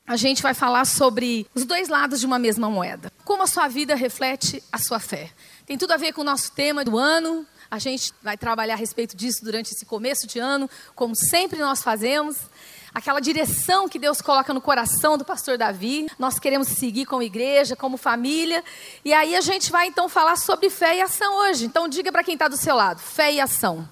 a gente vai falar sobre os dois lados de uma mesma moeda. Como a sua vida reflete a sua fé. Tem tudo a ver com o nosso tema do ano. A gente vai trabalhar a respeito disso durante esse começo de ano, como sempre nós fazemos. Aquela direção que Deus coloca no coração do pastor Davi. Nós queremos seguir como igreja, como família. E aí a gente vai então falar sobre fé e ação hoje. Então diga para quem está do seu lado, fé e ação.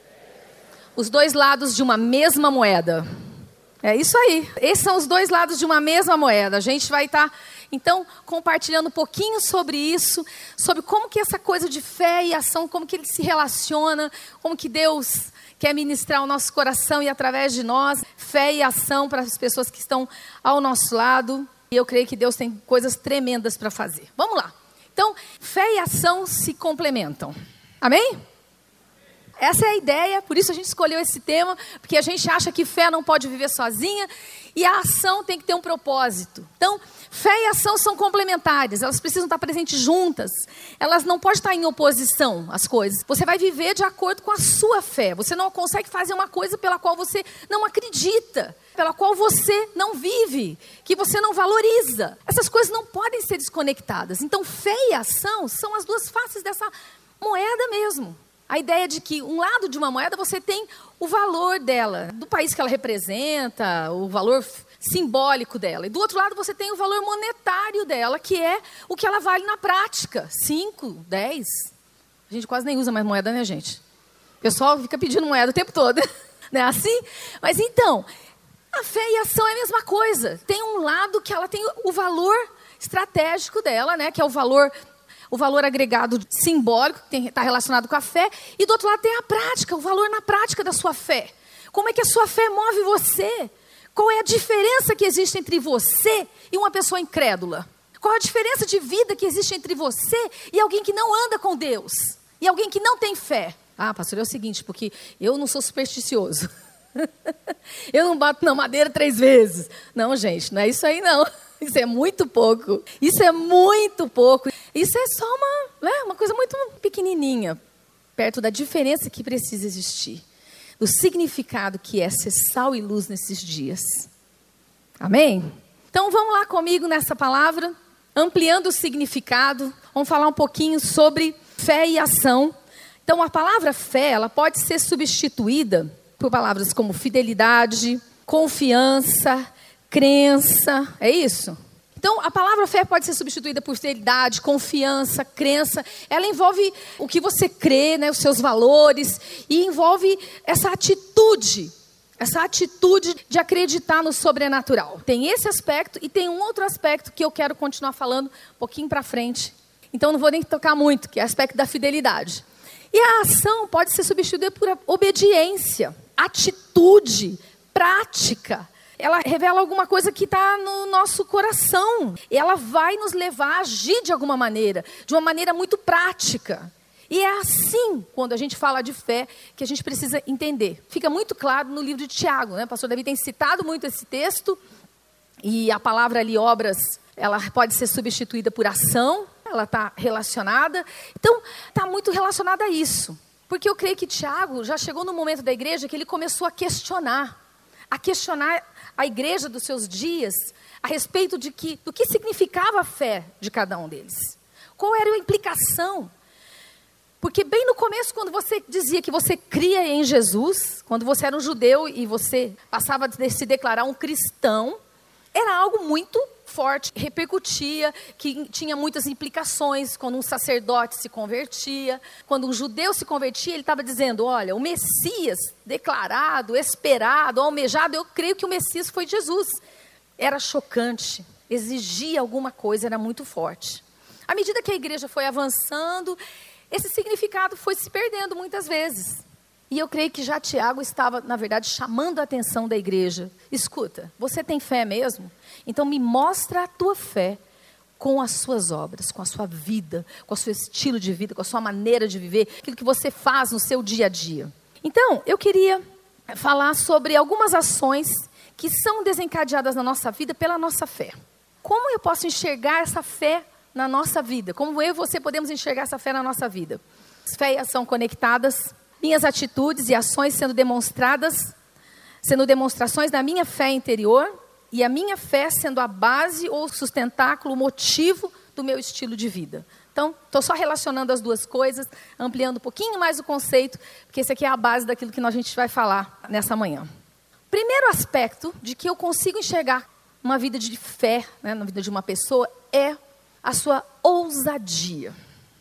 Os dois lados de uma mesma moeda. É isso aí. Esses são os dois lados de uma mesma moeda. A gente vai estar, então, compartilhando um pouquinho sobre isso, sobre como que essa coisa de fé e ação, como que ele se relaciona, como que Deus quer ministrar o nosso coração e através de nós, fé e ação para as pessoas que estão ao nosso lado. E eu creio que Deus tem coisas tremendas para fazer. Vamos lá. Então, fé e ação se complementam. Amém? Essa é a ideia, por isso a gente escolheu esse tema, porque a gente acha que fé não pode viver sozinha e a ação tem que ter um propósito. Então, fé e ação são complementares, elas precisam estar presentes juntas, elas não podem estar em oposição às coisas. Você vai viver de acordo com a sua fé, você não consegue fazer uma coisa pela qual você não acredita, pela qual você não vive, que você não valoriza. Essas coisas não podem ser desconectadas. Então, fé e ação são as duas faces dessa moeda mesmo. A ideia de que um lado de uma moeda você tem o valor dela, do país que ela representa, o valor simbólico dela. E do outro lado você tem o valor monetário dela, que é o que ela vale na prática. 5, 10. A gente quase nem usa mais moeda, né, gente? O pessoal fica pedindo moeda o tempo todo. Não é assim? Mas então, a fé e a ação é a mesma coisa. Tem um lado que ela tem o valor estratégico dela, né, que é o valor agregado simbólico, que está relacionado com a fé, e do outro lado tem a prática, o valor na prática da sua fé. Como é que a sua fé move você? Qual é a diferença que existe entre você e uma pessoa incrédula? Qual é a diferença de vida que existe entre você e alguém que não anda com Deus? E alguém que não tem fé? Ah, pastor, é o seguinte, porque eu não sou supersticioso. Eu não bato na madeira 3 vezes. Não, gente, não é isso aí não. Isso é muito pouco. Isso é muito pouco. Isso é só uma coisa muito pequenininha, perto da diferença que precisa existir. Do significado que é ser sal e luz nesses dias. Amém? Então vamos lá comigo nessa palavra, ampliando o significado. Vamos falar um pouquinho sobre fé e ação. Então a palavra fé, ela pode ser substituída por palavras como fidelidade, confiança, crença, é isso? Então, a palavra fé pode ser substituída por fidelidade, confiança, crença. Ela envolve o que você crê, né, os seus valores, e envolve essa atitude de acreditar no sobrenatural. Tem esse aspecto e tem um outro aspecto que eu quero continuar falando um pouquinho para frente. Então, não vou nem tocar muito, que é o aspecto da fidelidade. E a ação pode ser substituída por obediência, atitude, prática. Ela revela alguma coisa que está no nosso coração. Ela vai nos levar a agir de alguma maneira, de uma maneira muito prática. E é assim, quando a gente fala de fé, que a gente precisa entender. Fica muito claro no livro de Tiago, né? O pastor Davi tem citado muito esse texto. E a palavra ali, obras, ela pode ser substituída por ação. Ela está relacionada. Então, está muito relacionada a isso. Porque eu creio que Tiago já chegou no momento da igreja que ele começou a questionar a igreja dos seus dias a respeito do que significava a fé de cada um deles. Qual era a implicação? Porque bem no começo, quando você dizia que você cria em Jesus, quando você era um judeu e você passava a se declarar um cristão, era algo muito forte, repercutia, que tinha muitas implicações. Quando um sacerdote se convertia, quando um judeu se convertia, ele estava dizendo, olha, o Messias declarado, esperado, almejado, eu creio que o Messias foi Jesus. Era chocante, exigia alguma coisa, era muito forte. À medida que a igreja foi avançando, esse significado foi se perdendo muitas vezes. E eu creio que já Tiago estava, na verdade, chamando a atenção da igreja. Escuta, você tem fé mesmo? Então me mostra a tua fé com as suas obras, com a sua vida, com o seu estilo de vida, com a sua maneira de viver, aquilo que você faz no seu dia a dia. Então, eu queria falar sobre algumas ações que são desencadeadas na nossa vida pela nossa fé. Como eu posso enxergar essa fé na nossa vida? Como eu e você podemos enxergar essa fé na nossa vida? Fé e ação conectadas. Minhas atitudes e ações sendo demonstrações da minha fé interior e a minha fé sendo a base ou sustentáculo, o motivo do meu estilo de vida. Então, estou só relacionando as duas coisas, ampliando um pouquinho mais o conceito, porque esse aqui é a base daquilo que a gente vai falar nessa manhã. Primeiro aspecto de que eu consigo enxergar uma vida de fé, né, na vida de uma pessoa, é a sua ousadia.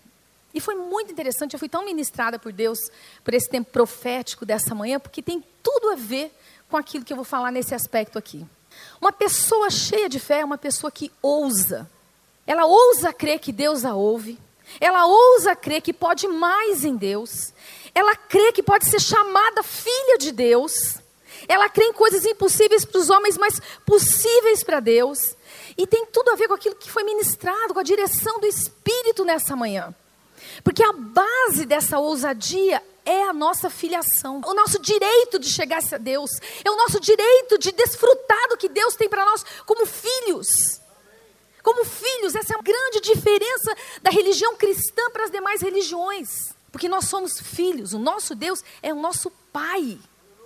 E foi muito interessante, eu fui tão ministrada por Deus, por esse tempo profético dessa manhã, porque tem tudo a ver com aquilo que eu vou falar nesse aspecto aqui. Uma pessoa cheia de fé é uma pessoa que ousa. Ela ousa crer que Deus a ouve. Ela ousa crer que pode mais em Deus. Ela crê que pode ser chamada filha de Deus. Ela crê em coisas impossíveis para os homens, mas possíveis para Deus. E tem tudo a ver com aquilo que foi ministrado, com a direção do Espírito nessa manhã. Porque a base dessa ousadia é a nossa filiação. O nosso direito de chegar a Deus. É o nosso direito de desfrutar do que Deus tem para nós como filhos. Como filhos, essa é a grande diferença da religião cristã para as demais religiões. Porque nós somos filhos, o nosso Deus é o nosso Pai.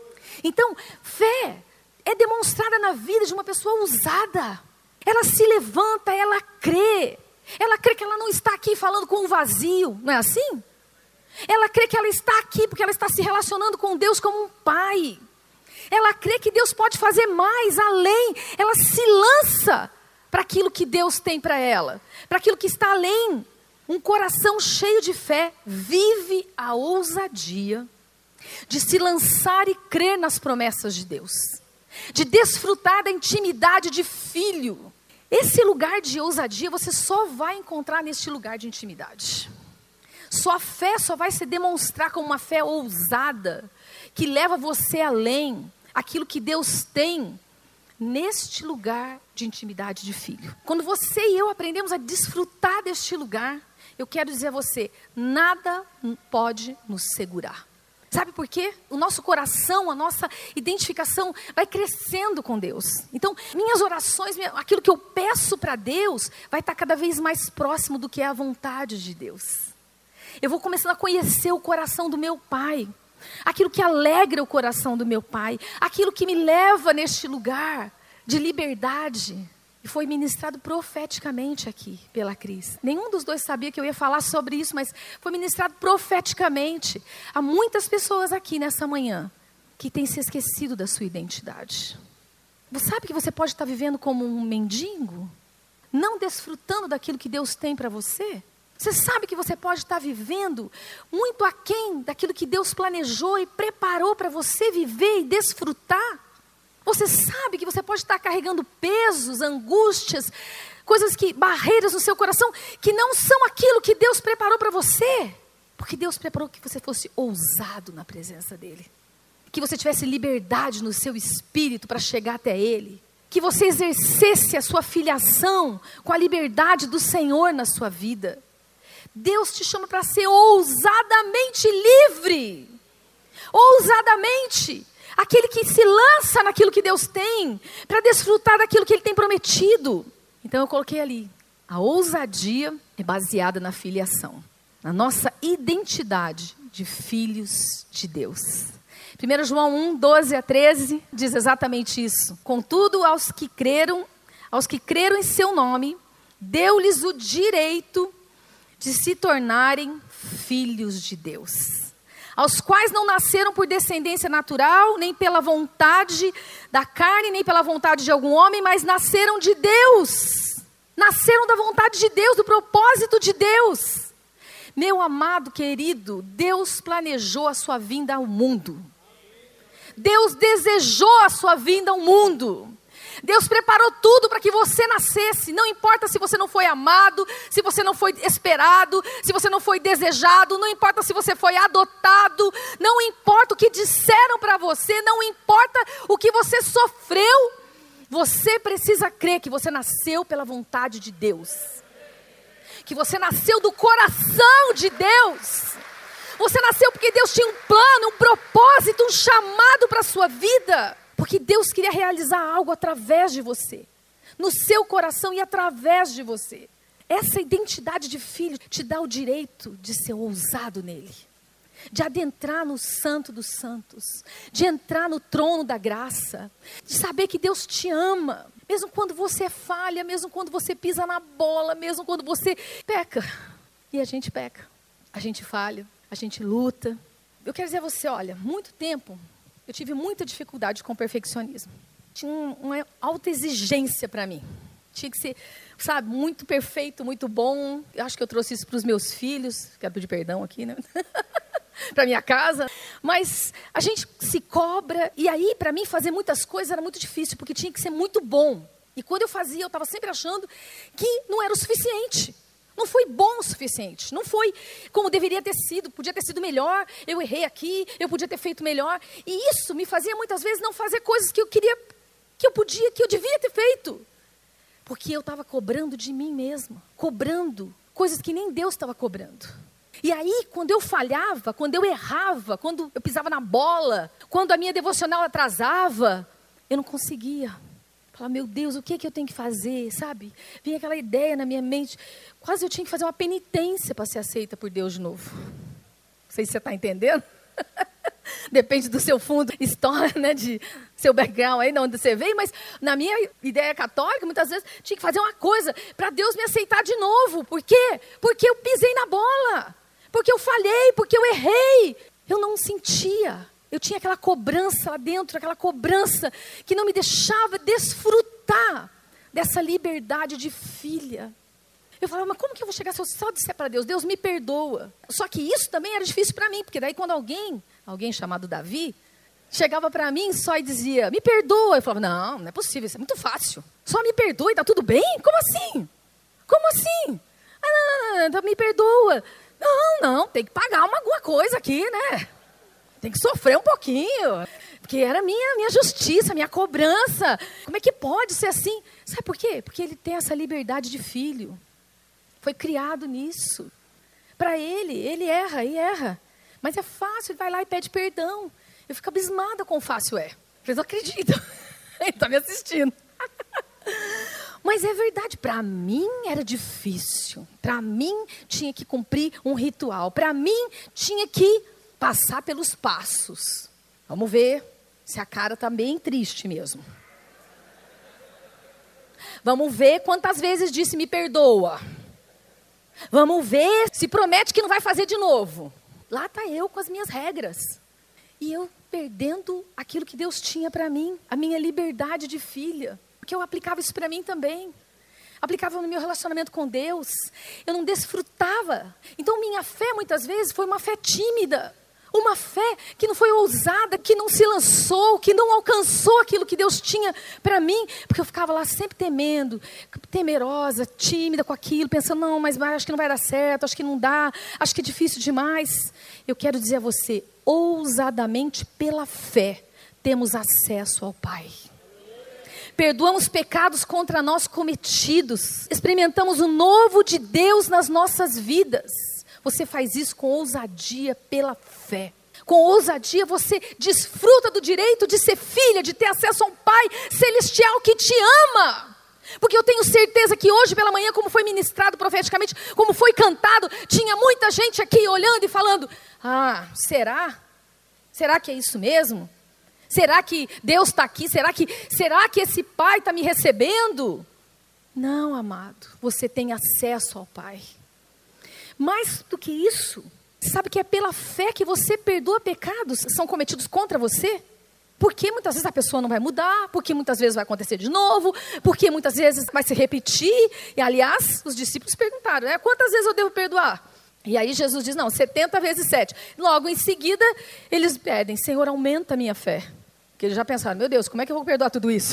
Então, fé é demonstrada na vida de uma pessoa ousada. Ela se levanta, ela crê. Ela crê que ela não está aqui falando com um vazio, não é assim? Ela crê que ela está aqui porque ela está se relacionando com Deus como um Pai. Ela crê que Deus pode fazer mais, além. Ela se lança para aquilo que Deus tem para ela, para aquilo que está além. Um coração cheio de fé vive a ousadia de se lançar e crer nas promessas de Deus, de desfrutar da intimidade de filho. Esse lugar de ousadia você só vai encontrar neste lugar de intimidade. Sua fé só vai se demonstrar como uma fé ousada, que leva você além, aquilo que Deus tem neste lugar de intimidade de filho. Quando você e eu aprendemos a desfrutar deste lugar, eu quero dizer a você, nada pode nos segurar. Sabe por quê? O nosso coração, a nossa identificação vai crescendo com Deus. Então, minhas orações, aquilo que eu peço para Deus, vai estar cada vez mais próximo do que é a vontade de Deus. Eu vou começando a conhecer o coração do meu Pai. Aquilo que alegra o coração do meu Pai. Aquilo que me leva neste lugar de liberdade. E foi ministrado profeticamente aqui pela Cris. Nenhum dos dois sabia que eu ia falar sobre isso, mas foi ministrado profeticamente. Há muitas pessoas aqui nessa manhã que têm se esquecido da sua identidade. Você sabe que você pode estar vivendo como um mendigo? Não desfrutando daquilo que Deus tem para você? Você sabe que você pode estar vivendo muito aquém daquilo que Deus planejou e preparou para você viver e desfrutar? Você sabe que você pode estar carregando pesos, angústias, barreiras no seu coração, que não são aquilo que Deus preparou para você. Porque Deus preparou que você fosse ousado na presença dEle. Que você tivesse liberdade no seu espírito para chegar até Ele. Que você exercesse a sua filiação com a liberdade do Senhor na sua vida. Deus te chama para ser ousadamente livre. Ousadamente. Aquele que se lança naquilo que Deus tem, para desfrutar daquilo que Ele tem prometido. Então eu coloquei ali, a ousadia é baseada na filiação, na nossa identidade de filhos de Deus. 1 João 1, 12 a 13, diz exatamente isso. Contudo, aos que creram em seu nome, deu-lhes o direito de se tornarem filhos de Deus. Aos quais não nasceram por descendência natural, nem pela vontade da carne, nem pela vontade de algum homem, mas nasceram de Deus. Nasceram da vontade de Deus, do propósito de Deus. Meu amado querido, Deus planejou a sua vinda ao mundo. Deus desejou a sua vinda ao mundo. Deus preparou tudo para que você nascesse. Não importa se você não foi amado, se você não foi esperado, se você não foi desejado, não importa se você foi adotado, não importa o que disseram para você, não importa o que você sofreu. Você precisa crer que você nasceu pela vontade de Deus. Que você nasceu do coração de Deus. Você nasceu porque Deus tinha um plano, um propósito, um chamado para a sua vida. Porque Deus queria realizar algo através de você, no seu coração e através de você. Essa identidade de filho te dá o direito de ser ousado nele, de adentrar no Santo dos Santos, de entrar no trono da graça, de saber que Deus te ama, mesmo quando você falha, mesmo quando você pisa na bola, mesmo quando você peca. E a gente peca, a gente falha, a gente luta. Eu quero dizer a você, olha, muito tempo eu tive muita dificuldade com o perfeccionismo. Tinha uma alta exigência para mim. Tinha que ser, sabe, muito perfeito, muito bom. Eu acho que eu trouxe isso para os meus filhos. Quero pedir perdão aqui, né? Para minha casa. Mas a gente se cobra. E aí, para mim, fazer muitas coisas era muito difícil, porque tinha que ser muito bom. E quando eu fazia, eu estava sempre achando que não era o suficiente. Não foi bom o suficiente. Não foi como deveria ter sido. Podia ter sido melhor. Eu errei aqui. Eu podia ter feito melhor. E isso me fazia, muitas vezes, não fazer coisas que eu queria, que eu devia ter feito. Porque eu estava cobrando de mim mesma, cobrando coisas que nem Deus estava cobrando. E aí, quando eu falhava, quando eu errava, quando eu pisava na bola, quando a minha devocional atrasava, eu não conseguia. Falava, meu Deus, o que é que eu tenho que fazer, sabe? Vinha aquela ideia na minha mente, quase eu tinha que fazer uma penitência para ser aceita por Deus de novo. Não sei se você está entendendo. Depende do seu fundo, história, né, de seu background aí, de onde você veio, mas na minha ideia católica, muitas vezes, tinha que fazer uma coisa para Deus me aceitar de novo. Por quê? Porque eu pisei na bola, porque eu falhei, porque eu errei. Eu não sentia, eu tinha aquela cobrança lá dentro, aquela cobrança que não me deixava desfrutar dessa liberdade de filha. Eu falava, mas como que eu vou chegar se eu só disser para Deus, Deus me perdoa? Só que isso também era difícil para mim, porque daí quando alguém chamado Davi, chegava para mim só e dizia, me perdoa. Eu falava, não é possível, isso é muito fácil. Só me perdoa e tá tudo bem? Como assim? Como assim? Não, me perdoa. Não, tem que pagar alguma coisa aqui, né? Tem que sofrer um pouquinho. Porque era minha justiça, minha cobrança. Como é que pode ser assim? Sabe por quê? Porque ele tem essa liberdade de filho. Foi criado nisso. Para ele erra e erra. Mas é fácil, ele vai lá e pede perdão. Eu fico abismada com o fácil é. Vocês não acreditam. Ele está me assistindo. Mas é verdade, para mim era difícil. Para mim tinha que cumprir um ritual. Para mim tinha que passar pelos passos. Vamos ver se a cara está bem triste mesmo. Vamos ver quantas vezes disse me perdoa. Vamos ver se promete que não vai fazer de novo. Lá está eu com as minhas regras. E eu perdendo aquilo que Deus tinha para mim. A minha liberdade de filha. Porque eu aplicava isso para mim também. Aplicava no meu relacionamento com Deus. Eu não desfrutava. Então minha fé muitas vezes foi uma fé tímida. Uma fé que não foi ousada, que não se lançou, que não alcançou aquilo que Deus tinha para mim. Porque eu ficava lá sempre temendo, temerosa, tímida com aquilo, pensando, não, mas acho que não vai dar certo, acho que não dá, acho que é difícil demais. Eu quero dizer a você, ousadamente pela fé, temos acesso ao Pai. Perdoamos pecados contra nós cometidos, experimentamos o novo de Deus nas nossas vidas. Você faz isso com ousadia pela fé. Com ousadia você desfruta do direito de ser filha, de ter acesso a um Pai celestial que te ama. Porque eu tenho certeza que hoje pela manhã, como foi ministrado profeticamente, como foi cantado, tinha muita gente aqui olhando e falando, será? Será que é isso mesmo? Será que Deus está aqui? Será que esse Pai está me recebendo? Não, amado, você tem acesso ao Pai. Mais do que isso, sabe que é pela fé que você perdoa pecados que são cometidos contra você? Porque muitas vezes a pessoa não vai mudar, porque muitas vezes vai acontecer de novo, porque muitas vezes vai se repetir. E aliás, os discípulos perguntaram, quantas vezes eu devo perdoar? E aí Jesus diz, 70 vezes 7. Logo em seguida, eles pedem, Senhor, aumenta a minha fé. Porque eles já pensaram, meu Deus, como é que eu vou perdoar tudo isso?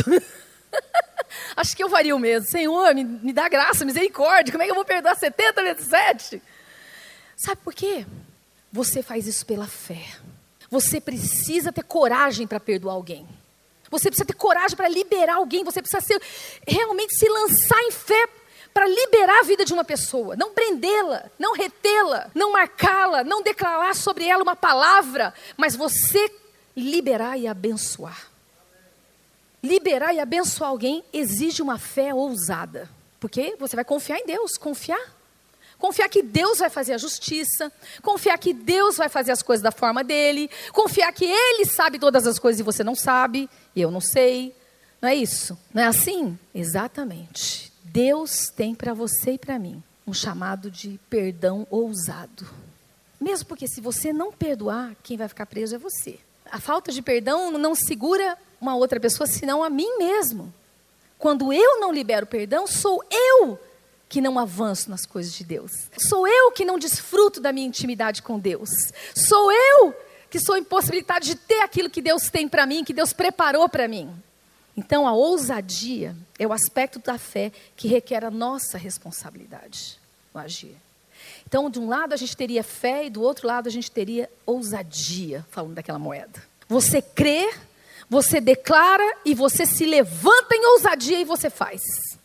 Acho que eu faria o mesmo. Senhor, me dá graça, misericórdia, como é que eu vou perdoar 70 vezes 7? Sabe por quê? Você faz isso pela fé. Você precisa ter coragem para perdoar alguém. Você precisa ter coragem para liberar alguém. Você precisa realmente se lançar em fé para liberar a vida de uma pessoa. Não prendê-la, não retê-la, não marcá-la, não declarar sobre ela uma palavra. Mas você liberar e abençoar. Liberar e abençoar alguém exige uma fé ousada. Porque você vai confiar em Deus, confiar Confiar que Deus vai fazer a justiça, confiar que Deus vai fazer as coisas da forma dele, confiar que Ele sabe todas as coisas e você não sabe, e eu não sei. Não é isso? Não é assim? Exatamente. Deus tem para você e para mim um chamado de perdão ousado. Mesmo porque se você não perdoar, quem vai ficar preso é você. A falta de perdão não segura uma outra pessoa, senão a mim mesmo. Quando eu não libero perdão, sou eu que não avanço nas coisas de Deus. Sou eu que não desfruto da minha intimidade com Deus. Sou eu que sou impossibilitada de ter aquilo que Deus tem para mim, que Deus preparou para mim. Então, a ousadia é o aspecto da fé que requer a nossa responsabilidade no agir. Então, de um lado a gente teria fé e do outro lado a gente teria ousadia, falando daquela moeda. Você crê, você declara e você se levanta em ousadia e você faz.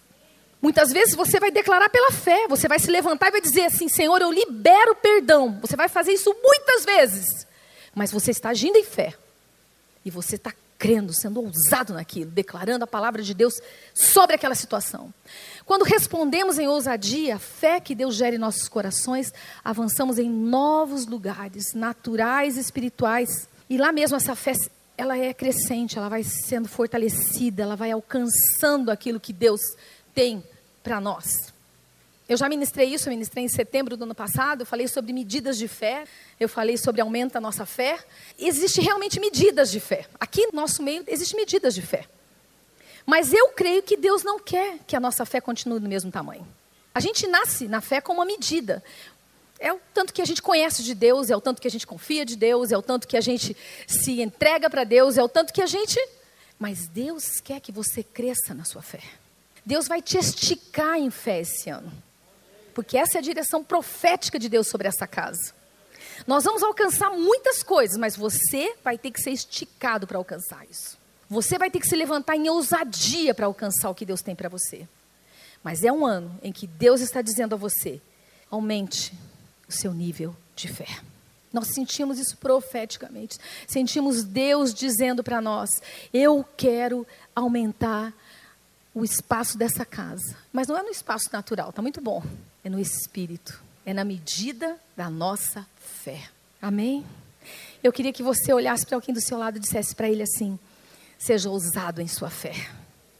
Muitas vezes você vai declarar pela fé, você vai se levantar e vai dizer assim: Senhor, eu libero perdão. Você vai fazer isso muitas vezes, mas você está agindo em fé. E você está crendo, sendo ousado naquilo, declarando a palavra de Deus sobre aquela situação. Quando respondemos em ousadia, a fé que Deus gera em nossos corações, avançamos em novos lugares, naturais e espirituais. E lá mesmo essa fé, ela é crescente, ela vai sendo fortalecida, ela vai alcançando aquilo que Deus tem para nós. Eu já ministrei isso, eu ministrei em setembro do ano passado, eu falei sobre medidas de fé, eu falei sobre aumento da nossa fé. Existem realmente medidas de fé. Aqui no nosso meio existem medidas de fé. Mas eu creio que Deus não quer que a nossa fé continue do mesmo tamanho. A gente nasce na fé com uma medida. É o tanto que a gente conhece de Deus, é o tanto que a gente confia de Deus, é o tanto que a gente se entrega para Deus, é o tanto que a gente... Mas Deus quer que você cresça na sua fé. Deus vai te esticar em fé esse ano. Porque essa é a direção profética de Deus sobre essa casa. Nós vamos alcançar muitas coisas, mas você vai ter que ser esticado para alcançar isso. Você vai ter que se levantar em ousadia para alcançar o que Deus tem para você. Mas é um ano em que Deus está dizendo a você: aumente o seu nível de fé. Nós sentimos isso profeticamente. Sentimos Deus dizendo para nós: eu quero aumentar o espaço dessa casa. Mas não é no espaço natural, está muito bom. É no espírito, é na medida da nossa fé. Amém? Eu queria que você olhasse para alguém do seu lado e dissesse para ele assim: seja ousado em sua fé.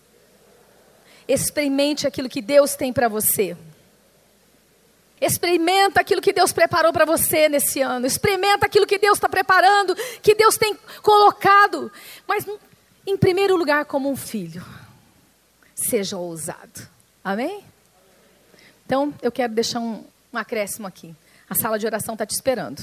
Experimente aquilo que Deus tem para você. Experimenta aquilo que Deus preparou para você nesse ano. Experimenta aquilo que Deus está preparando, que Deus tem colocado. Mas em primeiro lugar, como um filho, seja ousado. Amém? Então, eu quero deixar um acréscimo aqui. A sala de oração está te esperando.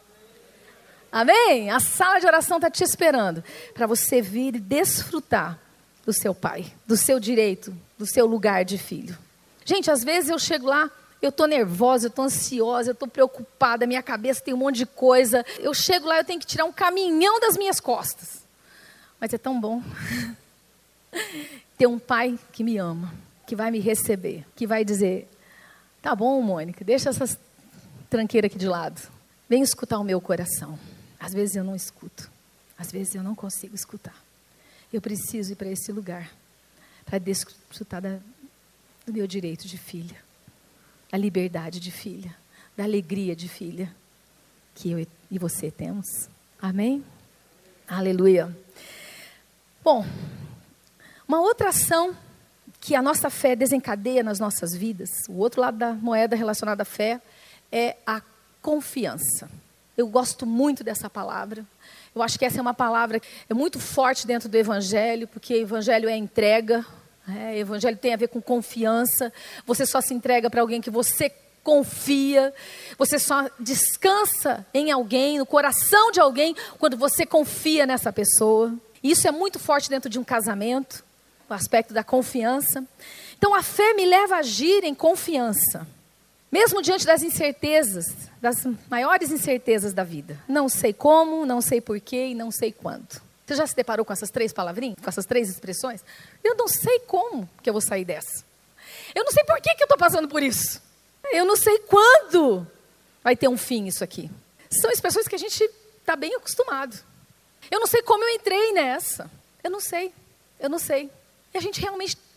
Amém? A sala de oração está te esperando para você vir e desfrutar do seu pai, do seu direito, do seu lugar de filho. Gente, às vezes eu chego lá, eu estou nervosa, eu estou ansiosa, eu estou preocupada, minha cabeça tem um monte de coisa. Eu chego lá, eu tenho que tirar um caminhão das minhas costas. Mas é tão bom ter um pai que me ama, que vai me receber, que vai dizer: tá bom, Mônica, deixa essas tranqueiras aqui de lado. Vem escutar o meu coração. Às vezes eu não escuto. Às vezes eu não consigo escutar. Eu preciso ir para esse lugar para desfrutar do meu direito de filha. Da liberdade de filha. Da alegria de filha. Que eu e você temos. Amém? Aleluia. Bom, uma outra ação que a nossa fé desencadeia nas nossas vidas, o outro lado da moeda relacionada à fé, é a confiança. Eu gosto muito dessa palavra. Eu acho que essa é uma palavra que é muito forte dentro do Evangelho, porque Evangelho é entrega. Evangelho tem a ver com confiança. Você só se entrega para alguém que você confia. Você só descansa em alguém, no coração de alguém, quando você confia nessa pessoa. Isso é muito forte dentro de um casamento, o aspecto da confiança. Então a fé me leva a agir em confiança. Mesmo diante das incertezas, das maiores incertezas da vida. Não sei como, não sei porquê e não sei quando. Você já se deparou com essas 3 palavrinhas? Com essas 3 expressões? Eu não sei como que eu vou sair dessa. Eu não sei por que eu estou passando por isso. Eu não sei quando vai ter um fim isso aqui. São expressões que a gente está bem acostumado. Eu não sei como eu entrei nessa. Eu não sei. E a gente realmente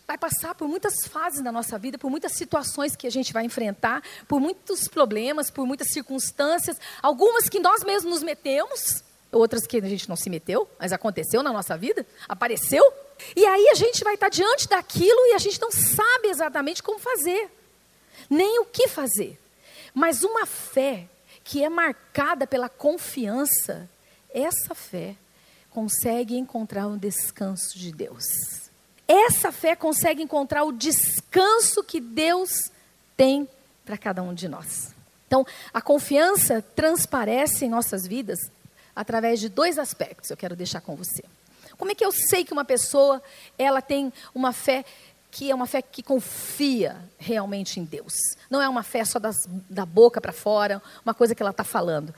vai passar por muitas fases na nossa vida, por muitas situações que a gente vai enfrentar, por muitos problemas, por muitas circunstâncias, algumas que nós mesmos nos metemos, outras que a gente não se meteu, mas aconteceu na nossa vida, apareceu. E aí a gente vai estar diante daquilo e a gente não sabe exatamente como fazer, nem o que fazer. Mas uma fé que é marcada pela confiança, essa fé consegue encontrar o descanso de Deus. Essa fé consegue encontrar o descanso que Deus tem para cada um de nós. Então, a confiança transparece em nossas vidas através de 2 aspectos, eu quero deixar com você. Como é que eu sei que uma pessoa, ela tem uma fé que é uma fé que confia realmente em Deus? Não é uma fé só da boca para fora, uma coisa que ela está falando.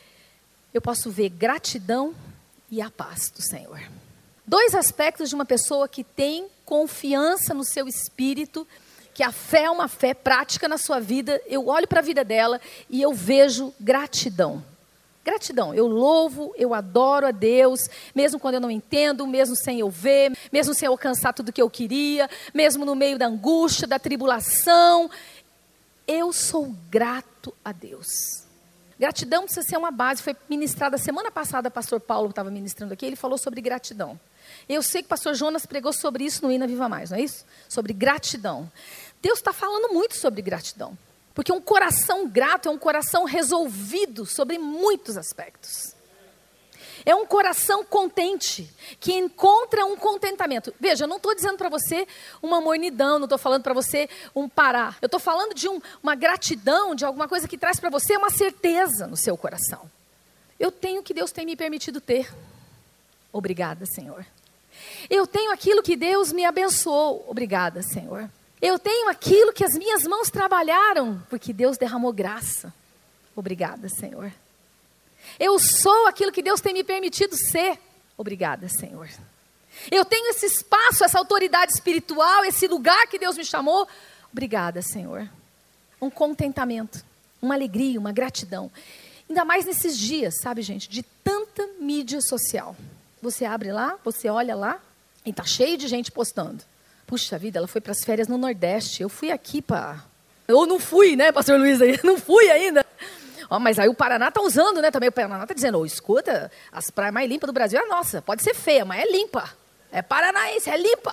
Eu posso ver gratidão e a paz do Senhor. 2 aspectos de uma pessoa que tem confiança no seu espírito, que a fé é uma fé prática na sua vida. Eu olho para a vida dela e eu vejo gratidão. Gratidão, eu louvo, eu adoro a Deus, mesmo quando eu não entendo, mesmo sem eu ver, mesmo sem alcançar tudo que eu queria, mesmo no meio da angústia, da tribulação. Eu sou grato a Deus. Gratidão precisa ser uma base. Foi ministrada semana passada, o pastor Paulo estava ministrando aqui, ele falou sobre gratidão. Eu sei que o pastor Jonas pregou sobre isso no Ina Viva Mais, não é isso? Sobre gratidão. Deus está falando muito sobre gratidão. Porque um coração grato é um coração resolvido sobre muitos aspectos. É um coração contente, que encontra um contentamento. Veja, eu não estou dizendo para você uma mornidão, não estou falando para você um parar. Eu estou falando de uma gratidão, de alguma coisa que traz para você uma certeza no seu coração. Eu tenho o que Deus tem me permitido ter. Obrigada, Senhor. Eu tenho aquilo que Deus me abençoou. Obrigada, Senhor. Eu tenho aquilo que as minhas mãos trabalharam, porque Deus derramou graça. Obrigada, Senhor. Eu sou aquilo que Deus tem me permitido ser. Obrigada, Senhor. Eu tenho esse espaço, essa autoridade espiritual, esse lugar que Deus me chamou. Obrigada, Senhor. Um contentamento, uma alegria, uma gratidão. Ainda mais nesses dias, sabe, gente, de tanta mídia social. Você abre lá, você olha lá, e está cheio de gente postando. Puxa vida, ela foi para as férias no Nordeste. Eu fui aqui para... Eu não fui, né, pastor Luiz? Não fui ainda. Mas aí o Paraná está usando, né, também. O Paraná está dizendo, escuta, as praias mais limpas do Brasil é a nossa. Pode ser feia, mas é limpa. É paranaense, é limpa.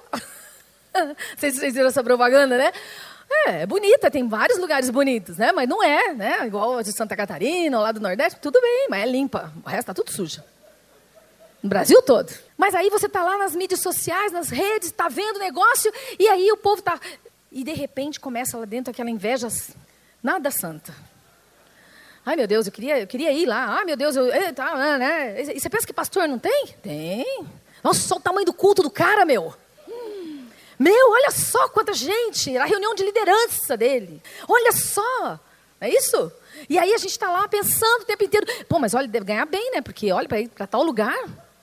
Vocês viram essa propaganda, né? É bonita, tem vários lugares bonitos, né? Mas não é, né? Igual a de Santa Catarina, ou lá do Nordeste, tudo bem, mas é limpa. O resto está tudo sujo. No Brasil todo. Mas aí você está lá nas mídias sociais, nas redes, está vendo o negócio, e aí o povo está... E de repente começa lá dentro aquela inveja nada santa. Ai, meu Deus, eu queria ir lá. Ai, meu Deus, né? E você pensa que pastor não tem? Tem. Nossa, só o tamanho do culto do cara, meu. Meu, olha só quanta gente. A reunião de liderança dele. Olha só. É isso? E aí a gente está lá pensando o tempo inteiro. Pô, mas olha, deve ganhar bem, né? Porque olha, para ir para tal lugar...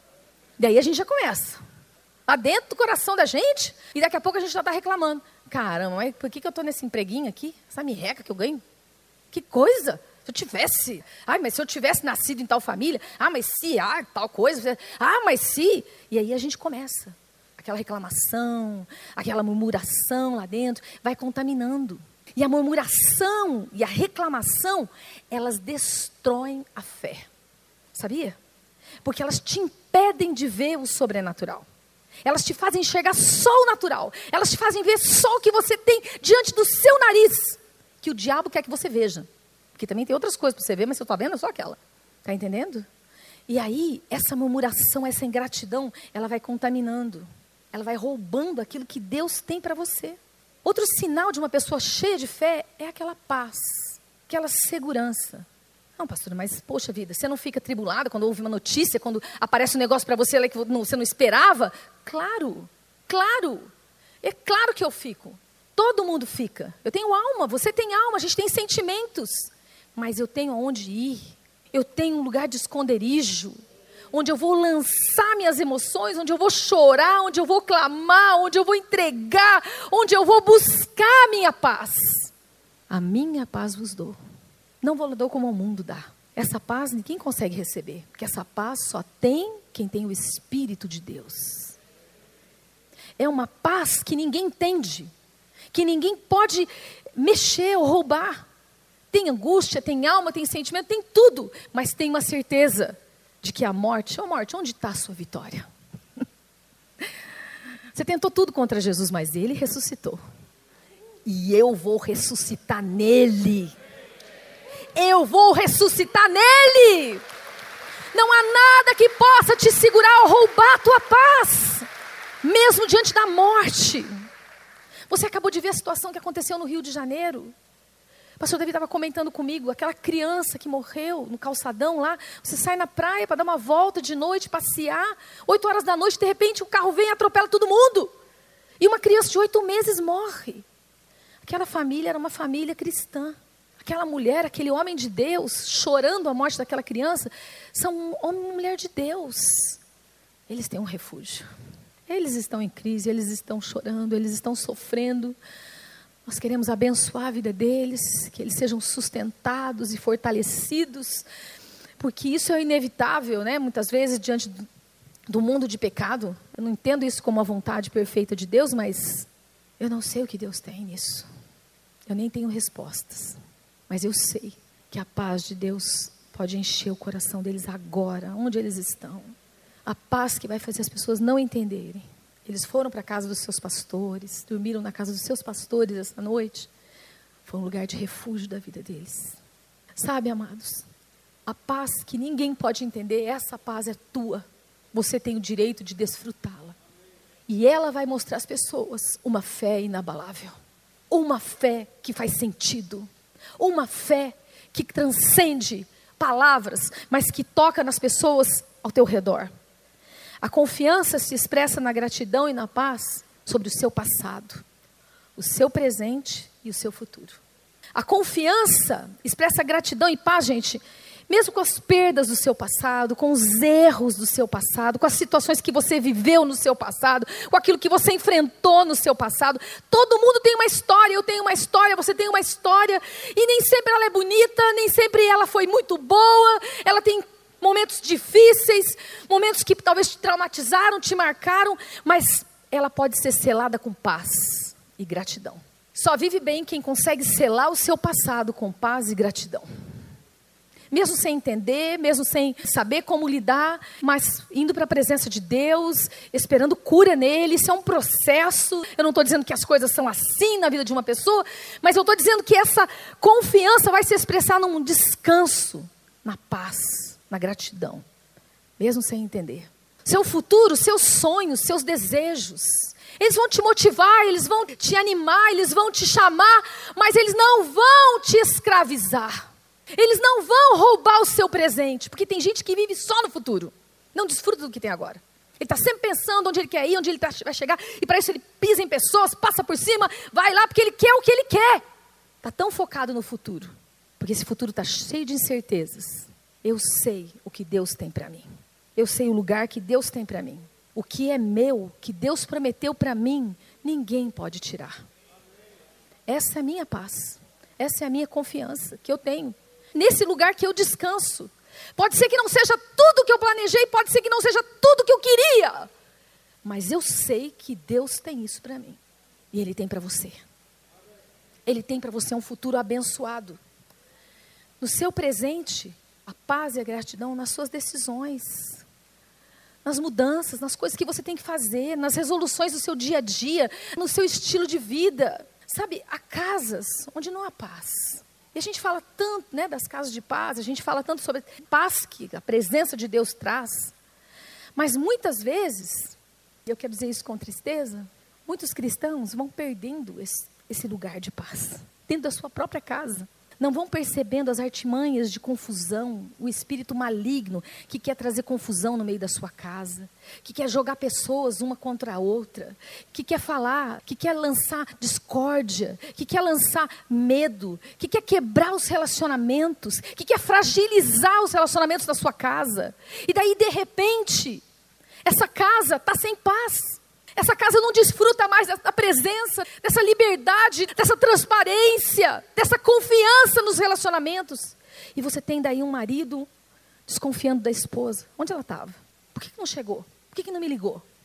E aí a gente já começa. Lá dentro do coração da gente. E daqui a pouco a gente já está reclamando. Caramba, mas por que eu estou nesse empreguinho aqui? Essa merreca que eu ganho? Que coisa. Se eu tivesse... mas se eu tivesse nascido em tal família... mas se... tal coisa... mas se... E aí a gente começa. Aquela reclamação, aquela murmuração lá dentro, vai contaminando. E a murmuração e a reclamação, elas destroem a fé. Sabia? Porque elas te impedem de ver o sobrenatural. Elas te fazem enxergar só o natural. Elas te fazem ver só o que você tem diante do seu nariz. Que o diabo quer que você veja. Porque também tem outras coisas para você ver, mas se eu estou vendo é só aquela. Está entendendo? E aí, essa murmuração, essa ingratidão, ela vai contaminando. Ela vai roubando aquilo que Deus tem para você. Outro sinal de uma pessoa cheia de fé é aquela paz, aquela segurança. Não, pastor, mas poxa vida, você não fica tribulada quando ouve uma notícia, quando aparece um negócio para você que você não esperava? Claro, claro. É claro que eu fico. Todo mundo fica. Eu tenho alma, você tem alma, a gente tem sentimentos. Mas eu tenho aonde ir. Eu tenho um lugar de esconderijo. Onde eu vou lançar minhas emoções, onde eu vou chorar, onde eu vou clamar, onde eu vou entregar, onde eu vou buscar a minha paz. A minha paz vos dou. Não vou dou como o mundo dá. Essa paz ninguém consegue receber, porque essa paz só tem quem tem o Espírito de Deus. é uma paz que ninguém entende, que ninguém pode mexer ou roubar. Tem angústia, tem alma, tem sentimento, tem tudo, mas tem uma certeza de que a morte, morte, onde está a sua vitória? Você tentou tudo contra Jesus, mas ele ressuscitou. E eu vou ressuscitar nele. Eu vou ressuscitar nele. Não há nada que possa te segurar ou roubar a tua paz, mesmo diante da morte. Você acabou de ver a situação que aconteceu no Rio de Janeiro. O pastor David estava comentando comigo, aquela criança que morreu no calçadão lá. Você sai na praia para dar uma volta de noite, passear, 8 horas da noite, de repente o carro vem e atropela todo mundo. E uma criança de 8 meses morre. Aquela família era uma família cristã. Aquela mulher, aquele homem de Deus, chorando a morte daquela criança, são homem e mulher de Deus. Eles têm um refúgio. Eles estão em crise, eles estão chorando, eles estão sofrendo. Nós queremos abençoar a vida deles, que eles sejam sustentados e fortalecidos, porque isso é inevitável, né? Muitas vezes, diante do mundo de pecado. Eu não entendo isso como a vontade perfeita de Deus, mas eu não sei o que Deus tem nisso. Eu nem tenho respostas, mas eu sei que a paz de Deus pode encher o coração deles agora, onde eles estão. A paz que vai fazer as pessoas não entenderem. Eles foram para a casa dos seus pastores, dormiram na casa dos seus pastores essa noite. Foi um lugar de refúgio da vida deles. Sabe, amados, a paz que ninguém pode entender, essa paz é tua. Você tem o direito de desfrutá-la. E ela vai mostrar às pessoas uma fé inabalável. Uma fé que faz sentido. Uma fé que transcende palavras, mas que toca nas pessoas ao teu redor. A confiança se expressa na gratidão e na paz sobre o seu passado, o seu presente e o seu futuro. A confiança expressa gratidão e paz, gente, mesmo com as perdas do seu passado, com os erros do seu passado, com as situações que você viveu no seu passado, com aquilo que você enfrentou no seu passado. Todo mundo tem uma história, eu tenho uma história, você tem uma história, e nem sempre ela é bonita, nem sempre ela foi muito boa, ela tem momentos difíceis, momentos que talvez te traumatizaram, te marcaram, mas ela pode ser selada com paz e gratidão. Só vive bem quem consegue selar o seu passado com paz e gratidão. Mesmo sem entender, mesmo sem saber como lidar, mas indo para a presença de Deus, esperando cura nele. Isso é um processo. Eu não estou dizendo que as coisas são assim na vida de uma pessoa, mas eu estou dizendo que essa confiança vai se expressar num descanso, na paz, na gratidão, mesmo sem entender. Seu futuro, seus sonhos, seus desejos, eles vão te motivar, eles vão te animar, eles vão te chamar, mas eles não vão te escravizar. Eles não vão roubar o seu presente, porque tem gente que vive só no futuro, não desfruta do que tem agora. Ele está sempre pensando onde ele quer ir, onde ele vai chegar, e para isso ele pisa em pessoas, passa por cima, vai lá porque ele quer o que ele quer. Está tão focado no futuro, porque esse futuro está cheio de incertezas. Eu sei o que Deus tem para mim. Eu sei o lugar que Deus tem para mim. O que é meu, que Deus prometeu para mim, ninguém pode tirar. Essa é a minha paz. Essa é a minha confiança que eu tenho. Nesse lugar que eu descanso. Pode ser que não seja tudo o que eu planejei, pode ser que não seja tudo o que eu queria. Mas eu sei que Deus tem isso para mim. E Ele tem para você. Ele tem para você um futuro abençoado. No seu presente, a paz e a gratidão nas suas decisões, nas mudanças, nas coisas que você tem que fazer, nas resoluções do seu dia a dia, no seu estilo de vida. Sabe, há casas onde não há paz. E a gente fala tanto, né, das casas de paz, a gente fala tanto sobre a paz que a presença de Deus traz. Mas muitas vezes, e eu quero dizer isso com tristeza, muitos cristãos vão perdendo esse lugar de paz, dentro da sua própria casa. Não vão percebendo as artimanhas de confusão, o espírito maligno que quer trazer confusão no meio da sua casa, que quer jogar pessoas uma contra a outra, que quer falar, que quer lançar discórdia, que quer lançar medo, que quer quebrar os relacionamentos, que quer fragilizar os relacionamentos da sua casa. E daí, de repente, essa casa está sem paz. Essa casa não desfruta mais da presença, dessa liberdade, dessa transparência, dessa confiança nos relacionamentos. E você tem daí um marido desconfiando da esposa. Onde ela estava? Por que não chegou? Por que não me ligou?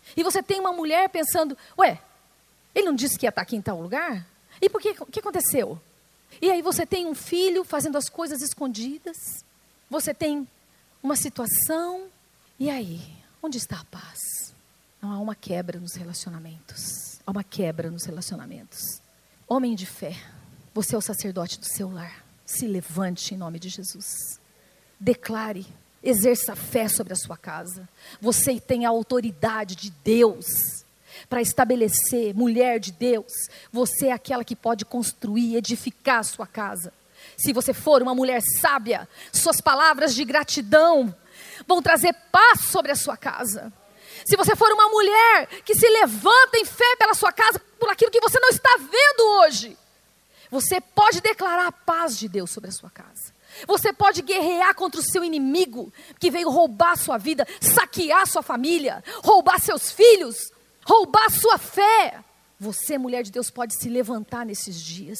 E você tem uma mulher pensando, ué, ele não disse que ia estar aqui em tal lugar? E por que? O que aconteceu? E aí você tem um filho fazendo as coisas escondidas. Você tem uma situação. E aí? Onde está a paz? Não, há uma quebra nos relacionamentos. Há uma quebra nos relacionamentos. Homem de fé, você é o sacerdote do seu lar. Se levante em nome de Jesus. Declare, exerça fé sobre a sua casa. Você tem a autoridade de Deus para estabelecer, mulher de Deus. Você é aquela que pode construir, edificar a sua casa. Se você for uma mulher sábia, suas palavras de gratidão vão trazer paz sobre a sua casa. Se você for uma mulher que se levanta em fé pela sua casa, por aquilo que você não está vendo hoje, você pode declarar a paz de Deus sobre a sua casa. Você pode guerrear contra o seu inimigo, que veio roubar a sua vida, saquear a sua família, roubar seus filhos, roubar a sua fé. Você, mulher de Deus, pode se levantar nesses dias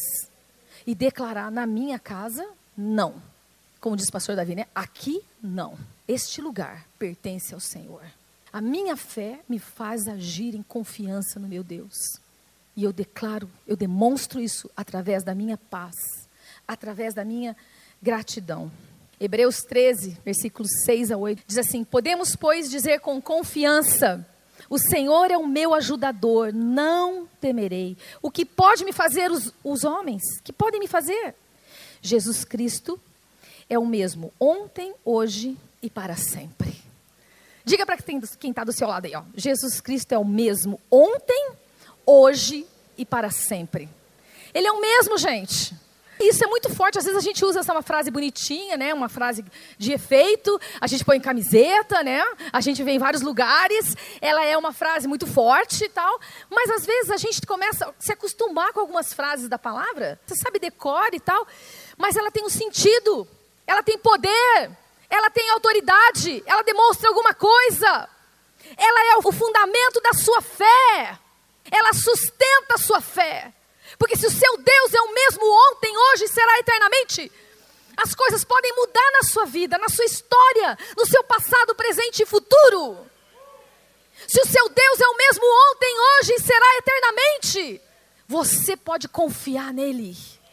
e declarar: na minha casa, não. Como diz o pastor Davi, né? Aqui, não. Este lugar pertence ao Senhor. A minha fé me faz agir em confiança no meu Deus. E eu declaro, eu demonstro isso através da minha paz, através da minha gratidão. Hebreus 13, versículos 6 a 8, diz assim: podemos, pois, dizer com confiança: o Senhor é o meu ajudador, não temerei. O que pode me fazer os homens? Que podem me fazer? Jesus Cristo é o mesmo ontem, hoje e para sempre. Diga para quem está do seu lado aí, ó. Jesus Cristo é o mesmo ontem, hoje e para sempre. Ele é o mesmo, gente. Isso é muito forte. Às vezes a gente usa essa uma frase bonitinha, né? Uma frase de efeito. A gente põe em camiseta, né? A gente vê em vários lugares. Ela é uma frase muito forte e tal. Mas às vezes a gente começa a se acostumar com algumas frases da palavra. Você sabe, decora e tal. Mas ela tem um sentido. Ela tem poder. Ela tem autoridade. Ela demonstra alguma coisa. Ela é o fundamento da sua fé. Ela sustenta a sua fé. Porque se o seu Deus é o mesmo ontem, hoje e será eternamente, as coisas podem mudar na sua vida, na sua história, no seu passado, presente e futuro. Se o seu Deus é o mesmo ontem, hoje e será eternamente, você pode confiar nele.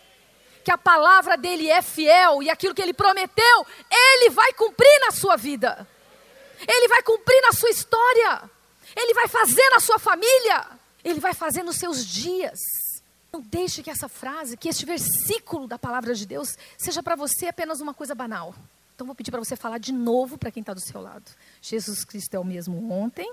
Que a palavra dele é fiel e aquilo que ele prometeu, ele vai cumprir na sua vida. Ele vai cumprir na sua história. Ele vai fazer na sua família. Ele vai fazer nos seus dias. Não deixe que essa frase, que este versículo da palavra de Deus seja para você apenas uma coisa banal. Então vou pedir para você falar de novo para quem está do seu lado. Jesus Cristo é o mesmo ontem,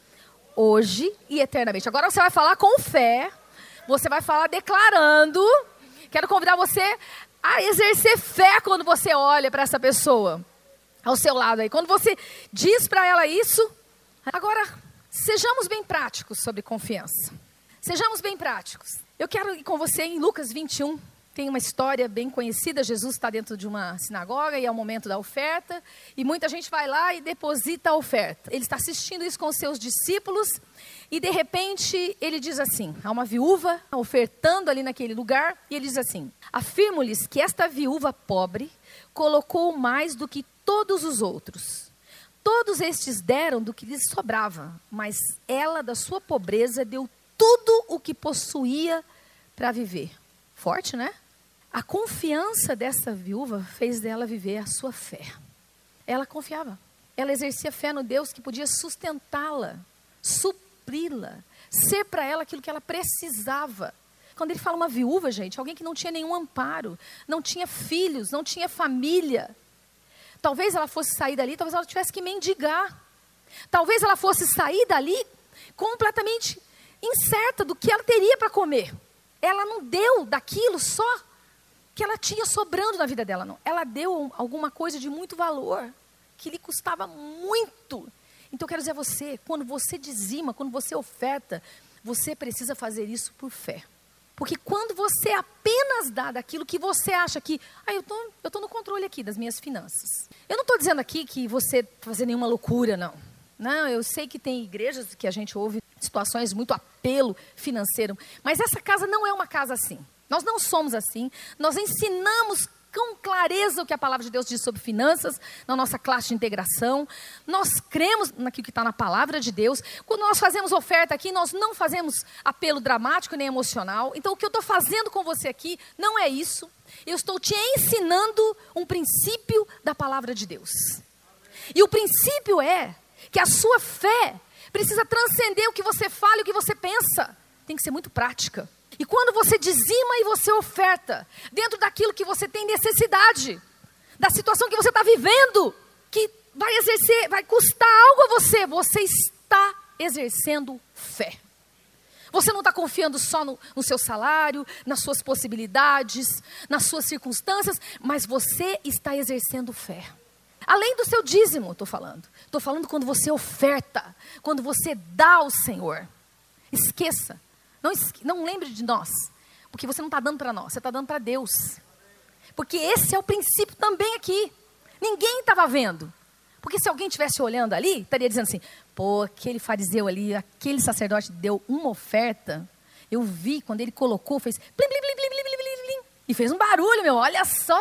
hoje e eternamente. Agora você vai falar com fé, você vai falar declarando. Quero convidar você a exercer fé quando você olha para essa pessoa ao seu lado aí. Quando você diz para ela isso. Agora, sejamos bem práticos sobre confiança. Sejamos bem práticos. Eu quero ir com você em Lucas 21. Tem uma história bem conhecida. Jesus está dentro de uma sinagoga e é o momento da oferta. E muita gente vai lá e deposita a oferta. Ele está assistindo isso com os seus discípulos. E de repente ele diz assim, há uma viúva ofertando ali naquele lugar. E ele diz assim: afirmo-lhes que esta viúva pobre colocou mais do que todos os outros. Todos estes deram do que lhes sobrava. Mas ela da sua pobreza deu tudo o que possuía para viver. Forte, né? A confiança dessa viúva fez dela viver a sua fé. Ela confiava. Ela exercia fé no Deus que podia sustentá-la, supri-la, ser para ela aquilo que ela precisava. Quando ele fala uma viúva, gente, alguém que não tinha nenhum amparo, não tinha filhos, não tinha família. Talvez ela fosse sair dali, talvez ela tivesse que mendigar. Talvez ela fosse sair dali completamente incerta do que ela teria para comer. Ela não deu daquilo só que ela tinha sobrando na vida dela, não. Ela deu alguma coisa de muito valor, que lhe custava muito. Então eu quero dizer a você, quando você dizima, quando você oferta, você precisa fazer isso por fé. Porque quando você apenas dá daquilo que você acha que, eu tô no controle aqui das minhas finanças. Eu não estou dizendo aqui que você fazer nenhuma loucura, não. Não, eu sei que tem igrejas que a gente ouve situações muito apelo financeiro, mas essa casa não é uma casa assim. Nós não somos assim. Nós ensinamos com clareza o que a palavra de Deus diz sobre finanças, na nossa classe de integração. Nós cremos naquilo que está na palavra de Deus. Quando nós fazemos oferta aqui, nós não fazemos apelo dramático nem emocional. Então, o que eu estou fazendo com você aqui não é isso. Eu estou te ensinando um princípio da palavra de Deus. E o princípio é que a sua fé precisa transcender o que você fala e o que você pensa. Tem que ser muito prática. E quando você dizima e você oferta, dentro daquilo que você tem necessidade, da situação que você está vivendo, que vai custar algo a você, você está exercendo fé. Você não está confiando só no seu salário, nas suas possibilidades, nas suas circunstâncias, mas você está exercendo fé. Além do seu dízimo, estou falando. Estou falando quando você oferta, quando você dá ao Senhor. Esqueça. Não lembre de nós, porque você não está dando para nós, você está dando para Deus. Porque esse é o princípio também aqui. Ninguém estava vendo. Porque se alguém estivesse olhando ali, estaria dizendo assim, pô, aquele fariseu ali, aquele sacerdote deu uma oferta, eu vi quando ele colocou, fez plim, plim, plim, plim, plim, plim, plim, e fez um barulho, meu, olha só,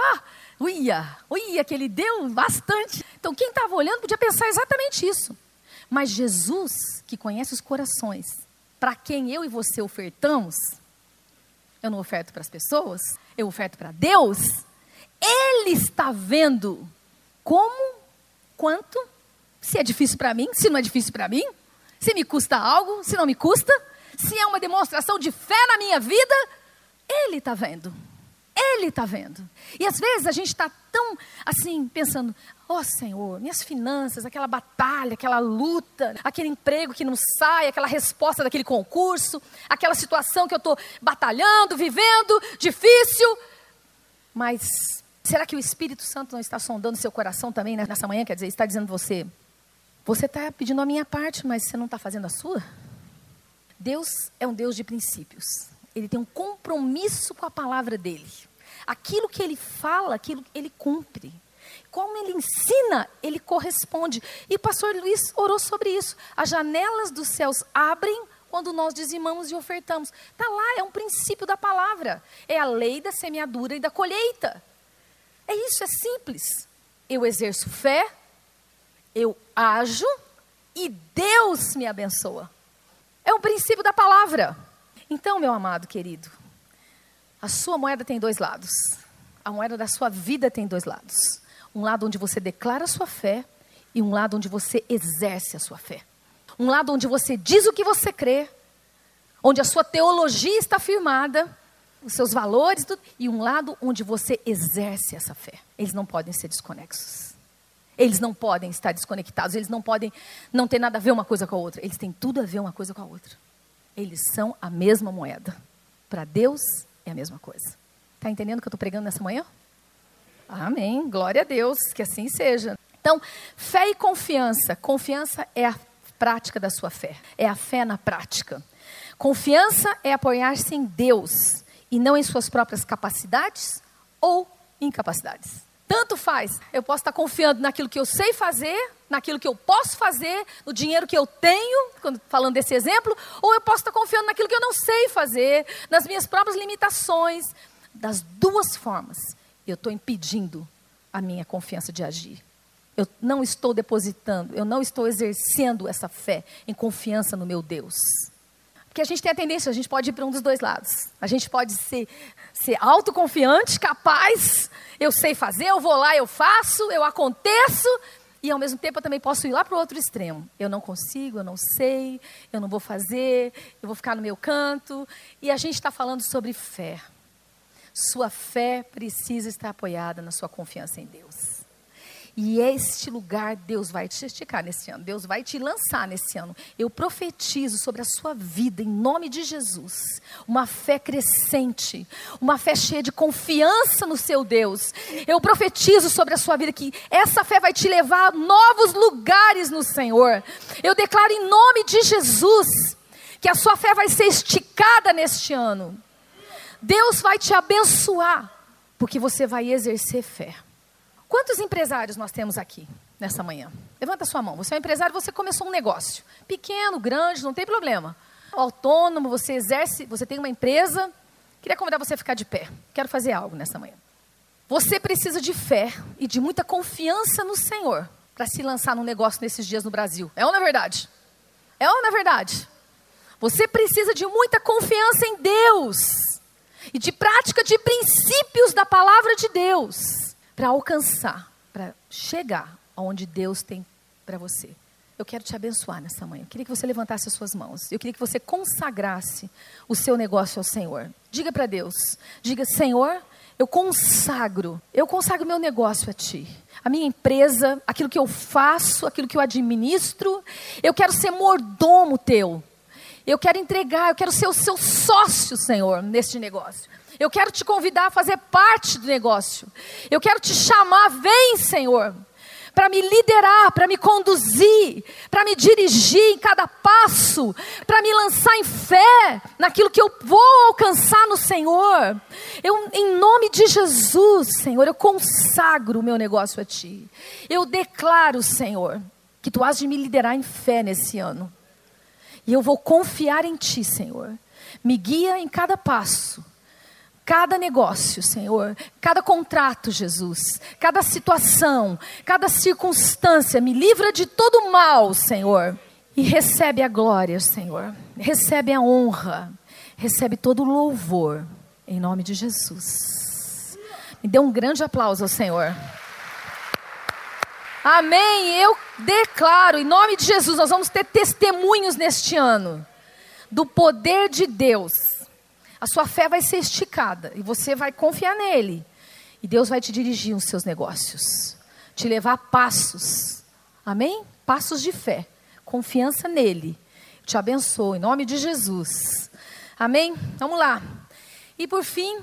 uia, que ele deu bastante. Então quem estava olhando podia pensar exatamente isso. Mas Jesus, que conhece os corações, para quem eu e você ofertamos, eu não oferto para as pessoas, eu oferto para Deus, Ele está vendo como, quanto, se é difícil para mim, se não é difícil para mim, se me custa algo, se não me custa, se é uma demonstração de fé na minha vida, Ele está vendo. Ele está vendo. E às vezes a gente está tão assim, pensando, Senhor, minhas finanças, aquela batalha, aquela luta, aquele emprego que não sai, aquela resposta daquele concurso, aquela situação que eu estou batalhando, vivendo, difícil. Mas será que o Espírito Santo não está sondando seu coração também nessa manhã? Quer dizer, está dizendo você está pedindo a minha parte, mas você não está fazendo a sua? Deus é um Deus de princípios. Ele tem um compromisso com a palavra dele. Aquilo que ele fala, aquilo ele cumpre. Como ele ensina, ele corresponde. E o pastor Luiz orou sobre isso. As janelas dos céus abrem quando nós dizimamos e ofertamos. Está lá, é um princípio da palavra. É a lei da semeadura e da colheita. É isso, é simples. Eu exerço fé, eu ajo e Deus me abençoa. É um princípio da palavra. Então, meu amado querido, a sua moeda tem dois lados. A moeda da sua vida tem dois lados. Um lado onde você declara a sua fé e um lado onde você exerce a sua fé. Um lado onde você diz o que você crê, onde a sua teologia está firmada, os seus valores, tudo, e um lado onde você exerce essa fé. Eles não podem ser desconexos. Eles não podem estar desconectados, eles não podem não ter nada a ver uma coisa com a outra. Eles têm tudo a ver uma coisa com a outra. Eles são a mesma moeda. Para Deus é a mesma coisa. Está entendendo o que eu estou pregando nessa manhã? Amém, glória a Deus, que assim seja. Então, fé e confiança. Confiança é a prática da sua fé. É a fé na prática. Confiança é apoiar-se em Deus e não em suas próprias capacidades ou incapacidades. Tanto faz, eu posso estar confiando naquilo que eu sei fazer, naquilo que eu posso fazer, no dinheiro que eu tenho, falando desse exemplo, ou eu posso estar confiando naquilo que eu não sei fazer, nas minhas próprias limitações. Das duas formas, eu estou impedindo a minha confiança de agir. Eu não estou depositando, eu não estou exercendo essa fé em confiança no meu Deus. Porque a gente tem a tendência, a gente pode ir para um dos dois lados. A gente pode ser autoconfiante, capaz, eu sei fazer, eu vou lá, eu faço, eu aconteço, e ao mesmo tempo eu também posso ir lá para o outro extremo. Eu não consigo, eu não sei, eu não vou fazer, eu vou ficar no meu canto. E a gente está falando sobre fé. Sua fé precisa estar apoiada na sua confiança em Deus. E este lugar Deus vai te esticar nesse ano. Deus vai te lançar nesse ano. Eu profetizo sobre a sua vida, em nome de Jesus. Uma fé crescente. Uma fé cheia de confiança no seu Deus. Eu profetizo sobre a sua vida que essa fé vai te levar a novos lugares no Senhor. Eu declaro em nome de Jesus que a sua fé vai ser esticada neste ano. Deus vai te abençoar, porque você vai exercer fé. Quantos empresários nós temos aqui nessa manhã? Levanta a sua mão. Você é um empresário, você começou um negócio. Pequeno, grande, não tem problema. Autônomo, você exerce, você tem uma empresa. Queria convidar você a ficar de pé. Quero fazer algo nessa manhã. Você precisa de fé e de muita confiança no Senhor para se lançar num negócio nesses dias no Brasil. É ou não é verdade? É ou não é verdade? Você precisa de muita confiança em Deus e de prática de princípios da palavra de Deus para alcançar, para chegar aonde Deus tem para você. Eu quero te abençoar nessa manhã. Eu queria que você levantasse as suas mãos. Eu queria que você consagrasse o seu negócio ao Senhor. Diga para Deus, diga: Senhor, eu consagro meu negócio a Ti. A minha empresa, aquilo que eu faço, aquilo que eu administro. Eu quero ser mordomo Teu. Eu quero entregar, eu quero ser o Seu sócio, Senhor, neste negócio. Eu quero te convidar a fazer parte do negócio. Eu quero te chamar, vem, Senhor, para me liderar, para me conduzir, para me dirigir em cada passo, para me lançar em fé naquilo que eu vou alcançar no Senhor. Eu, em nome de Jesus, Senhor, eu consagro o meu negócio a Ti. Eu declaro, Senhor, que Tu has de me liderar em fé nesse ano. E eu vou confiar em Ti, Senhor. Me guia em cada passo. Cada negócio, Senhor, cada contrato, Jesus, cada situação, cada circunstância, me livra de todo mal, Senhor. E recebe a glória, Senhor, recebe a honra, recebe todo o louvor, em nome de Jesus. Me dê um grande aplauso ao Senhor. Amém. Eu declaro, em nome de Jesus, nós vamos ter testemunhos neste ano do poder de Deus. A sua fé vai ser esticada e você vai confiar nele. E Deus vai te dirigir nos seus negócios. Te levar a passos. Amém? Passos de fé. Confiança nele. Eu te abençoo em nome de Jesus. Amém? Vamos lá. E por fim,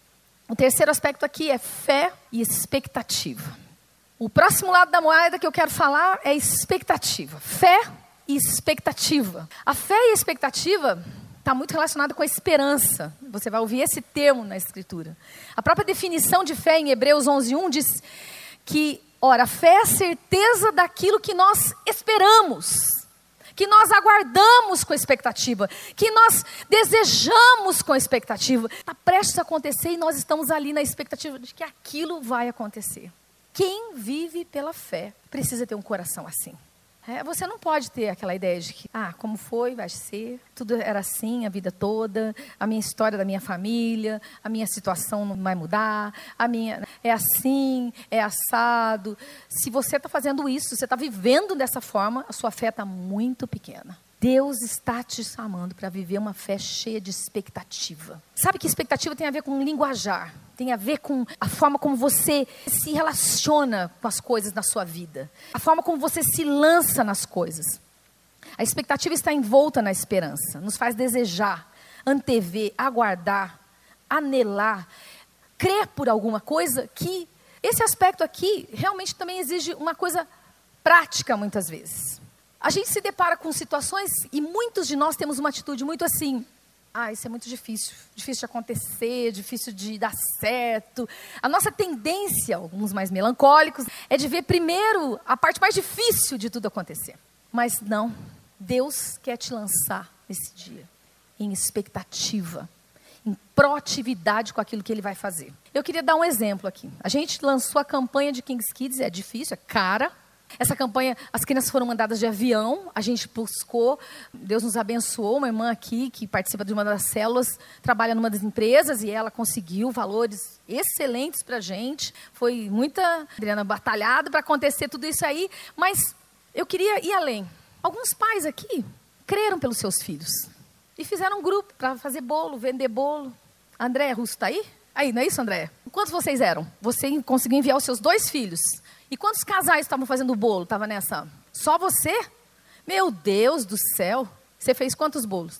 o terceiro aspecto aqui é fé e expectativa. O próximo lado da moeda que eu quero falar é expectativa. Fé e expectativa. A fé e a expectativa está muito relacionado com a esperança. Você vai ouvir esse termo na Escritura. A própria definição de fé em Hebreus 11:1 diz que, ora, a fé é a certeza daquilo que nós esperamos, que nós aguardamos com expectativa, que nós desejamos com expectativa. Está prestes a acontecer e nós estamos ali na expectativa de que aquilo vai acontecer. Quem vive pela fé precisa ter um coração assim. Você não pode ter aquela ideia de que, como foi, vai ser, tudo era assim a vida toda, a minha história da minha família, a minha situação não vai mudar, a minha é assim, é assado. Se você está fazendo isso, você está vivendo dessa forma, a sua fé está muito pequena. Deus está te chamando para viver uma fé cheia de expectativa. Sabe que expectativa tem a ver com linguajar, tem a ver com a forma como você se relaciona com as coisas na sua vida, a forma como você se lança nas coisas. A expectativa está envolta na esperança, nos faz desejar, antever, aguardar, anelar, crer por alguma coisa que esse aspecto aqui realmente também exige uma coisa prática muitas vezes. A gente se depara com situações e muitos de nós temos uma atitude muito assim, isso é muito difícil de acontecer, difícil de dar certo. A nossa tendência, alguns mais melancólicos, é de ver primeiro a parte mais difícil de tudo acontecer. Mas não, Deus quer te lançar nesse dia em expectativa, em proatividade com aquilo que Ele vai fazer. Eu queria dar um exemplo aqui. A gente lançou a campanha de Kings Kids, é difícil, é cara. Essa campanha, as crianças foram mandadas de avião, a gente buscou, Deus nos abençoou, uma irmã aqui que participa de uma das células, trabalha numa das empresas e ela conseguiu valores excelentes para a gente. Foi muita, Adriana, batalhada para acontecer tudo isso aí, mas eu queria ir além. Alguns pais aqui creram pelos seus filhos e fizeram um grupo para fazer bolo, vender bolo. A Andréia Russo está aí? Aí, não é isso, Andréia? Quantos vocês eram? Você conseguiu enviar os seus 2 filhos. E quantos casais estavam fazendo o bolo? Estava nessa? Só você? Meu Deus do céu. Você fez quantos bolos?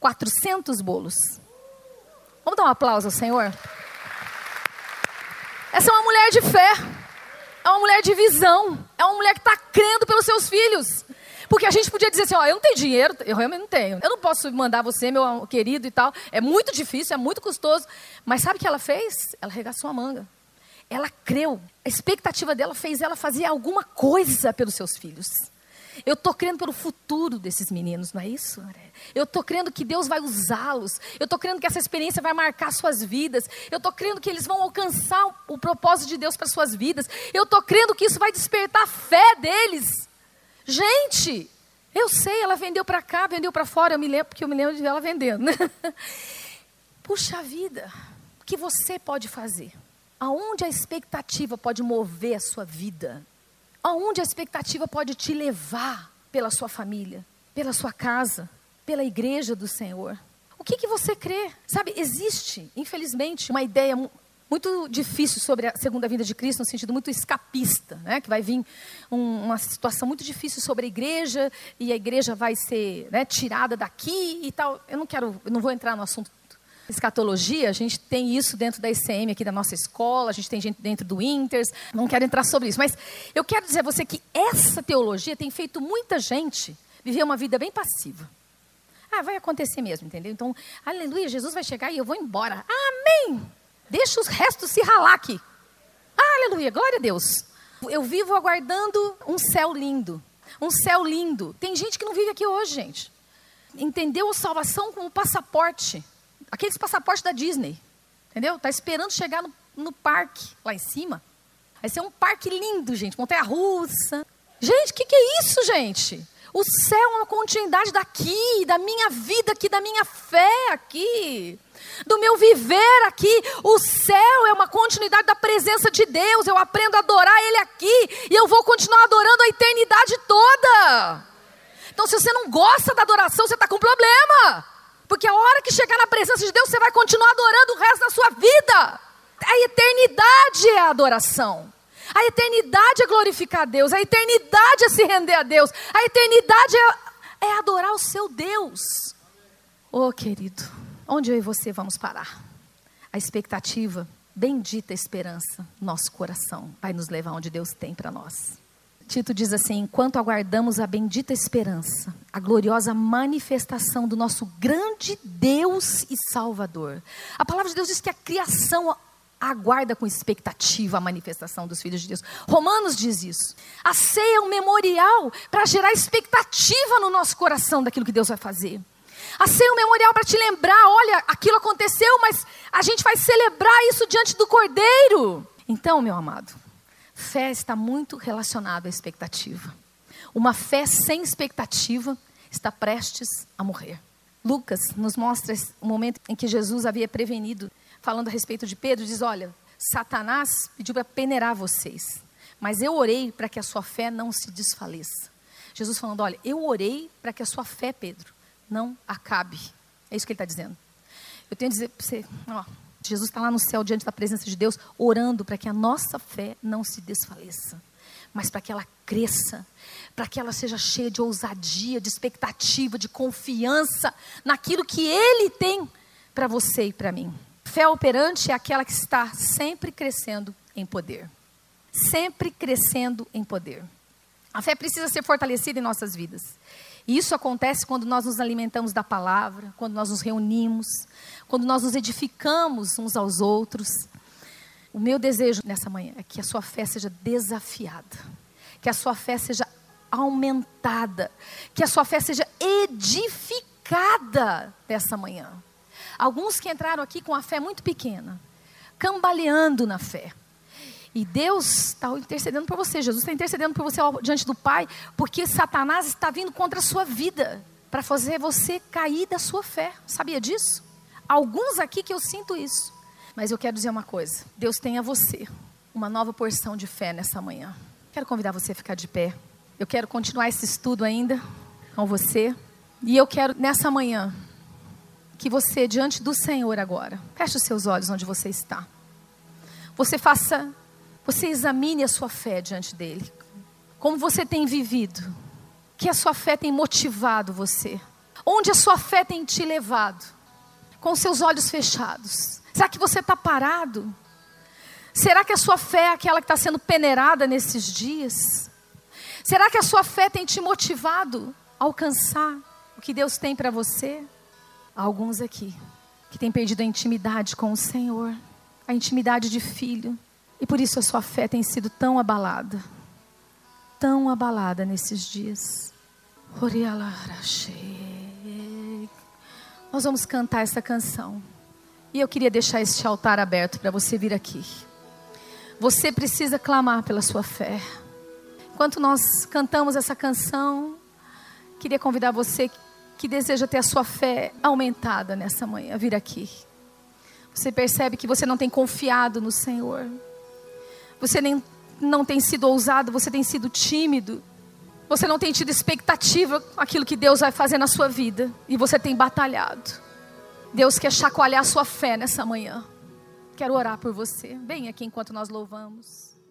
400 bolos. Vamos dar um aplauso ao Senhor? Essa é uma mulher de fé. É uma mulher de visão. É uma mulher que está crendo pelos seus filhos. Porque a gente podia dizer assim, eu não tenho dinheiro, eu realmente não tenho. Eu não posso mandar você, meu querido e tal. É muito difícil, é muito custoso. Mas sabe o que ela fez? Ela arregaçou a manga. Ela creu. A expectativa dela fez ela fazer alguma coisa pelos seus filhos. Eu estou crendo pelo futuro desses meninos, não é isso? Eu estou crendo que Deus vai usá-los. Eu estou crendo que essa experiência vai marcar suas vidas. Eu estou crendo que eles vão alcançar o propósito de Deus para suas vidas. Eu estou crendo que isso vai despertar a fé deles. Gente, eu sei, ela vendeu para cá, vendeu para fora. Eu me lembro, porque eu me lembro de ela vendendo. Puxa vida, o que você pode fazer? Aonde a expectativa pode mover a sua vida? Aonde a expectativa pode te levar pela sua família, pela sua casa, pela igreja do Senhor? O que você crê? Sabe, existe, infelizmente, uma ideia muito difícil sobre a segunda vinda de Cristo, no sentido muito escapista, né? Que vai vir uma situação muito difícil sobre a igreja, e a igreja vai ser, né, tirada daqui e tal. Eu não vou entrar no assunto escatologia. A gente tem isso dentro da ICM aqui da nossa escola, a gente tem gente dentro do Inters, não quero entrar sobre isso, mas eu quero dizer a você que essa teologia tem feito muita gente viver uma vida bem passiva. Vai acontecer mesmo, entendeu? Então, aleluia, Jesus vai chegar e eu vou embora. Amém! Deixa os restos se ralar aqui. Aleluia, glória a Deus. Eu vivo aguardando um céu lindo. Um céu lindo. Tem gente que não vive aqui hoje, gente. Entendeu a salvação como passaporte. Aqueles passaportes da Disney, entendeu? Está esperando chegar no parque, lá em cima. Vai ser um parque lindo, gente, montanha-russa. Gente, o que é isso, gente? O céu é uma continuidade daqui, da minha vida aqui, da minha fé aqui, do meu viver aqui. O céu é uma continuidade da presença de Deus. Eu aprendo a adorar Ele aqui e eu vou continuar adorando a eternidade toda. Então, se você não gosta da adoração, você está com problema. Porque a hora que chegar na presença de Deus, você vai continuar adorando o resto da sua vida. A eternidade é a adoração. A eternidade é glorificar a Deus. A eternidade é se render a Deus. A eternidade é adorar o seu Deus. Oh, querido, onde eu e você vamos parar? A expectativa, bendita esperança, nosso coração vai nos levar onde Deus tem para nós. Tito diz assim: enquanto aguardamos a bendita esperança, a gloriosa manifestação do nosso grande Deus e Salvador. A palavra de Deus diz que a criação aguarda com expectativa a manifestação dos filhos de Deus. Romanos diz isso. A ceia é um memorial para gerar expectativa no nosso coração daquilo que Deus vai fazer. A ceia é um memorial para te lembrar, olha, aquilo aconteceu, mas a gente vai celebrar isso diante do Cordeiro. Então, meu amado, fé está muito relacionada à expectativa. Uma fé sem expectativa está prestes a morrer. Lucas nos mostra o momento em que Jesus havia prevenido, falando a respeito de Pedro, diz: olha, Satanás pediu para peneirar vocês, mas eu orei para que a sua fé não se desfaleça. Jesus falando: olha, eu orei para que a sua fé, Pedro, não acabe. É isso que ele está dizendo. Eu tenho que dizer para você, Jesus está lá no céu, diante da presença de Deus, orando para que a nossa fé não se desfaleça, mas para que ela cresça, para que ela seja cheia de ousadia, de expectativa, de confiança naquilo que Ele tem para você e para mim. Fé operante é aquela que está sempre crescendo em poder. Sempre crescendo em poder. A fé precisa ser fortalecida em nossas vidas. E isso acontece quando nós nos alimentamos da palavra, quando nós nos reunimos, quando nós nos edificamos uns aos outros. O meu desejo nessa manhã é que a sua fé seja desafiada, que a sua fé seja aumentada, que a sua fé seja edificada nessa manhã. Alguns que entraram aqui com a fé muito pequena, cambaleando na fé. E Deus está intercedendo por você, Jesus está intercedendo por você diante do Pai, porque Satanás está vindo contra a sua vida, para fazer você cair da sua fé. Sabia disso? Alguns aqui que eu sinto isso. Mas eu quero dizer uma coisa: Deus tem a você uma nova porção de fé nessa manhã. Quero convidar você a ficar de pé. Eu quero continuar esse estudo ainda com você. E eu quero, nessa manhã, que você, diante do Senhor agora, feche os seus olhos onde você está. Você examine a sua fé diante dEle. Como você tem vivido. Que a sua fé tem motivado você. Onde a sua fé tem te levado. Com os seus olhos fechados. Será que você está parado? Será que a sua fé é aquela que está sendo peneirada nesses dias? Será que a sua fé tem te motivado a alcançar o que Deus tem para você? Há alguns aqui que têm perdido a intimidade com o Senhor, a intimidade de filho, e por isso a sua fé tem sido tão abalada, tão abalada nesses dias. Nós vamos cantar essa canção. E eu queria deixar este altar aberto para você vir aqui. Você precisa clamar pela sua fé. Enquanto nós cantamos essa canção, queria convidar você que deseja ter a sua fé aumentada nessa manhã, vir aqui. Você percebe que você não tem confiado no Senhor. Você não tem sido ousado, você tem sido tímido. Você não tem tido expectativa com aquilo que Deus vai fazer na sua vida. E você tem batalhado. Deus quer chacoalhar a sua fé nessa manhã. Quero orar por você. Vem aqui enquanto nós louvamos.